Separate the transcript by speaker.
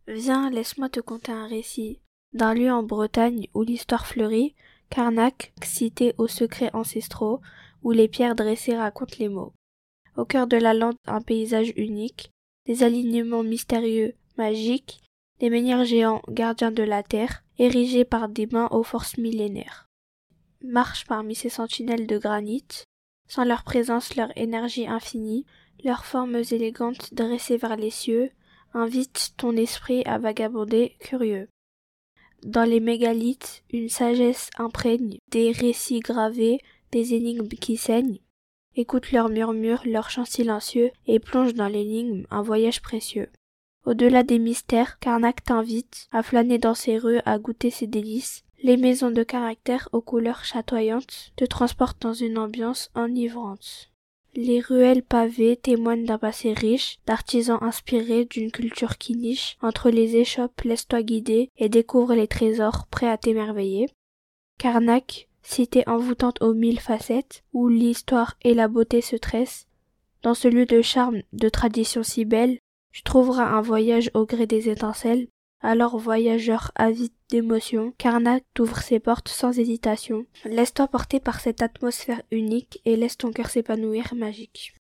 Speaker 1: Viens, laisse-moi te conter un récit. D'un lieu en Bretagne où l'histoire fleurit, Carnac, cité aux secrets ancestraux, où les pierres dressées racontent les mots. Au cœur de la lande, un paysage unique, des alignements mystérieux, magiques, des menhirs géants gardiens de la terre, érigés par des mains aux forces millénaires. Marche parmi ces sentinelles de granit, sans leur présence, leur énergie infinie, leurs formes élégantes dressées vers les cieux, invite ton esprit à vagabonder curieux. Dans les mégalithes, une sagesse imprègne, des récits gravés, des énigmes qui saignent. Écoute leurs murmures, leurs chants silencieux, et plonge dans l'énigme un voyage précieux. Au-delà des mystères, Carnac t'invite à flâner dans ses rues, à goûter ses délices. Les maisons de caractère aux couleurs chatoyantes te transportent dans une ambiance enivrante. Les ruelles pavées témoignent d'un passé riche, d'artisans inspirés d'une culture qui niche. Entre les échoppes, laisse-toi guider et découvre les trésors prêts à t'émerveiller. Carnac, cité envoûtante aux 1000 facettes, où l'histoire et la beauté se tressent. Dans ce lieu de charme, de tradition si belle, tu trouveras un voyage au gré des étincelles. Alors, voyageur avide d'émotion, Carnac t'ouvre ses portes sans hésitation. Laisse-toi porter par cette atmosphère unique et laisse ton cœur s'épanouir magique.